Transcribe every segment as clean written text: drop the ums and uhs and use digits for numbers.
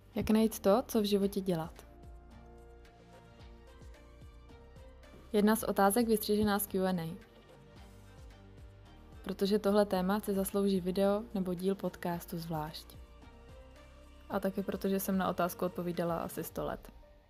Jak najít to, co v životě dělat? Jedna z otázek vystřižená z Q&A. Protože tohle téma si zaslouží video nebo díl podcastu zvlášť. A taky protože jsem na otázku odpovídala asi 100 let.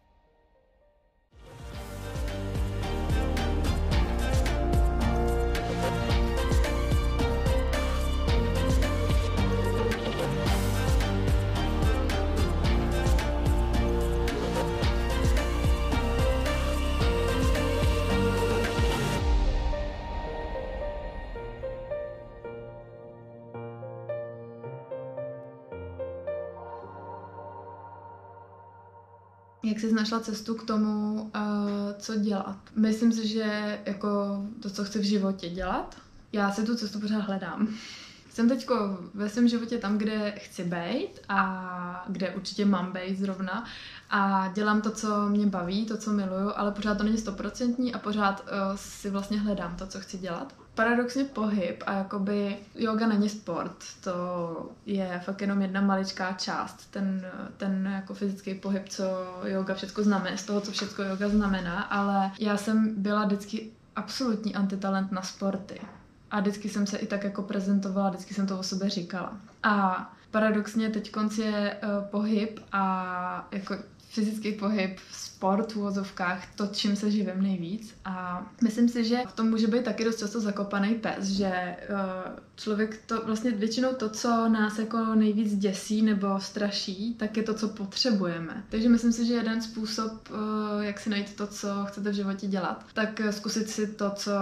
Jak jsi našla cestu k tomu, co dělat? Myslím si, že jako to, co chci v životě dělat, já si tu cestu pořád hledám. Jsem teďko ve svém životě tam, kde chci být a kde určitě mám být zrovna a dělám to, co mě baví, to, co miluju, ale pořád to není 100% a pořád si vlastně hledám to, co chci dělat. Paradoxně pohyb a jakoby yoga není sport, to je fakt jenom jedna maličká část, ten jako fyzický pohyb, co yoga všechno znamená, z toho, co všechno yoga znamená, ale já jsem byla vždycky absolutní antitalent na sporty. A vždycky jsem se i tak jako prezentovala, vždycky jsem to o sobě říkala. A paradoxně teď je pohyb a jako fyzický pohyb, sport v uvozovkách, to, čím se živím nejvíc. A myslím si, že v tom může být taky dost často zakopaný pes, že člověk to vlastně většinou to, co nás jako nejvíc děsí nebo straší, tak je to, co potřebujeme. Takže myslím si, že jeden způsob, jak si najít to, co chcete v životě dělat, tak zkusit si to, co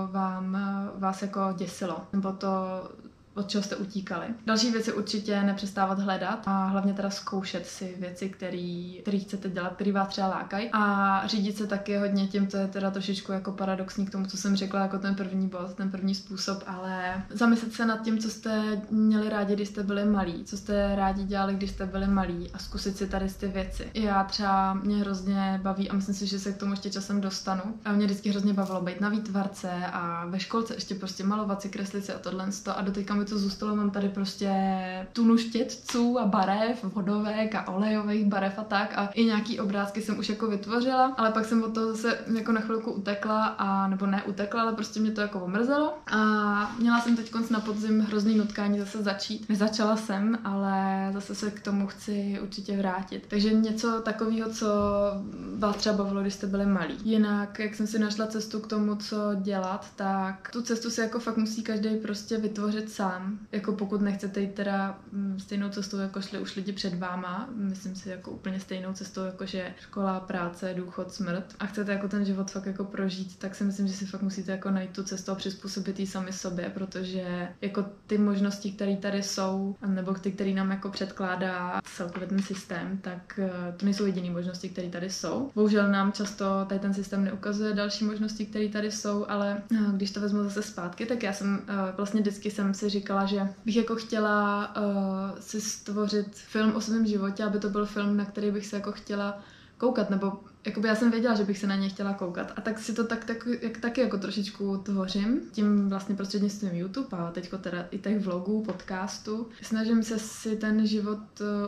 vás jako děsilo, nebo to, od čeho jste utíkali. Další věc je určitě nepřestávat hledat a hlavně teda zkoušet si věci, které chcete dělat, které vás třeba lákají. A řídit se taky hodně tím, to je teda trošičku jako paradoxní k tomu, co jsem řekla, jako ten první bod, ten první způsob, ale zamyslet se nad tím, co jste měli rádi, když jste byli malí, co jste rádi dělali, když jste byli malí a zkusit si tady ty věci. Já třeba mě hrozně baví a myslím si, že se k tomu ještě časem dostanu. A mě vždycky hrozně bavilo být na výtvarce a ve školce ještě prostě malovat si, kreslit si a tohle a doteďka mi to zůstalo, mám tady prostě tunu štětců a barev, vodovek a olejových barev a tak a i nějaký obrázky jsem už jako vytvořila, ale pak jsem od toho zase jako na chvilku utekla a nebo ne utekla, ale prostě mě to jako omrzelo a měla jsem teď na podzim hrozný nutkání zase začít. Nezačala jsem, ale zase se k tomu chci určitě vrátit. Takže něco takového, co vás třeba bavilo, když jste byli malí. Jinak, jak jsem si našla cestu k tomu, co dělat, tak tu cestu si jako fakt musí každý prostě vytvořit sám. Jako pokud nechcete jít teda stejnou cestou, jako šli už lidi před váma, myslím si jako úplně stejnou cestou, jakože škola, práce, důchod, smrt a chcete jako ten život fakt jako prožít, tak si myslím, že si fakt musíte jako najít tu cestu a přizpůsobit ji sami sobě, protože jako ty možnosti, které tady jsou, nebo ty, které nám jako předkládá celkově ten systém, tak to nejsou jediné možnosti, které tady jsou. Bohužel nám často tady ten systém neukazuje další možnosti, které tady jsou, ale když to vezmu zase zpátky, tak já jsem vlastně vždycky jsem si říkala, že bych jako chtěla si stvořit film o svém životě, aby to byl film, na který bych se jako chtěla koukat, nebo jakoby já jsem věděla, že bych se na něj chtěla koukat a tak si to taky jako trošičku tvořím, tím vlastně prostřednictvím YouTube a teďko teda i těch vlogů, podcastů. Snažím se si ten život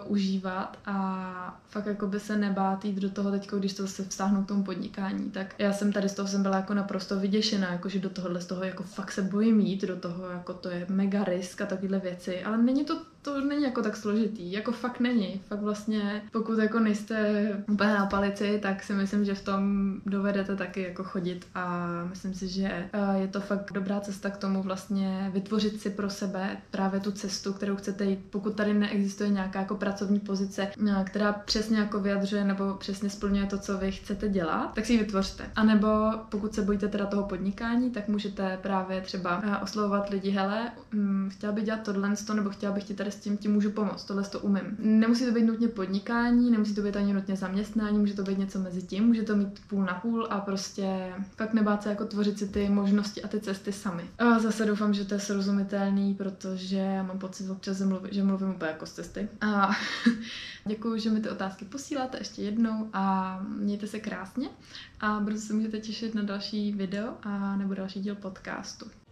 užívat a fakt jakoby se nebát jít do toho teďko, když to se vztáhnu k tomu podnikání, tak já jsem tady z toho jsem byla jako naprosto vyděšená, jakože do tohohle z toho jako fakt se bojím jít, do toho jako to je mega risk a takovéhle věci, ale není to není jako tak složitý, jako fakt není. Fakt vlastně, pokud jako nejste úplně na palici, tak si myslím, že v tom dovedete taky jako chodit a myslím si, že je to fakt dobrá cesta k tomu vlastně vytvořit si pro sebe právě tu cestu, kterou chcete jít. Pokud tady neexistuje nějaká jako pracovní pozice, která přesně jako vyjadřuje nebo přesně splňuje to, co vy chcete dělat, tak si ji vytvořte. A nebo pokud se bojíte teda toho podnikání, tak můžete právě třeba oslovovat lidi, hele, chtěla bych dělat tohle, nebo chtěla bych ti tady s tím můžu pomoct, tohle to umím. Nemusí to být nutně podnikání, nemusí to být ani nutně zaměstnání, může to být něco mezi tím, může to mít půl na půl a prostě fakt nebát se jako tvořit si ty možnosti a ty cesty sami. A zase doufám, že to je srozumitelný, protože já mám pocit občas, že mluvím úplně jako z cesty. A děkuju, že mi ty otázky posíláte ještě jednou a mějte se krásně a brzy se můžete těšit na další video a nebo další díl podcastu.